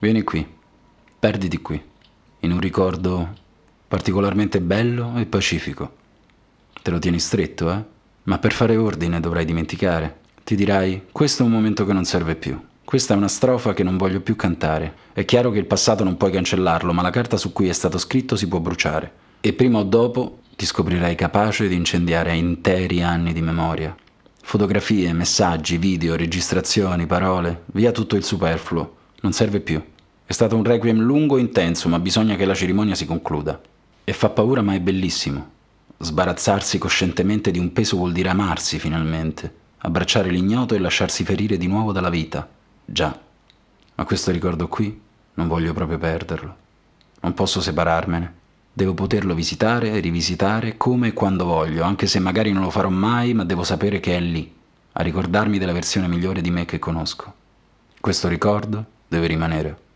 Vieni qui, perditi qui, in un ricordo particolarmente bello e pacifico. Te lo tieni stretto, eh? Ma per fare ordine dovrai dimenticare. Ti dirai, questo è un momento che non serve più. Questa è una strofa che non voglio più cantare. È chiaro che il passato non puoi cancellarlo, ma la carta su cui è stato scritto si può bruciare. E prima o dopo ti scoprirai capace di incendiare interi anni di memoria. Fotografie, messaggi, video, registrazioni, parole, via tutto il superfluo. Non serve più. È stato un requiem lungo e intenso, ma bisogna che la cerimonia si concluda. E fa paura, ma è bellissimo. Sbarazzarsi coscientemente di un peso vuol dire amarsi finalmente, abbracciare l'ignoto e lasciarsi ferire di nuovo dalla vita. Già, ma questo ricordo qui non voglio proprio perderlo. Non posso separarmene. Devo poterlo visitare e rivisitare come e quando voglio, anche se magari non lo farò mai, ma devo sapere che è lì, a ricordarmi della versione migliore di me che conosco. Questo ricordo deve rimanere.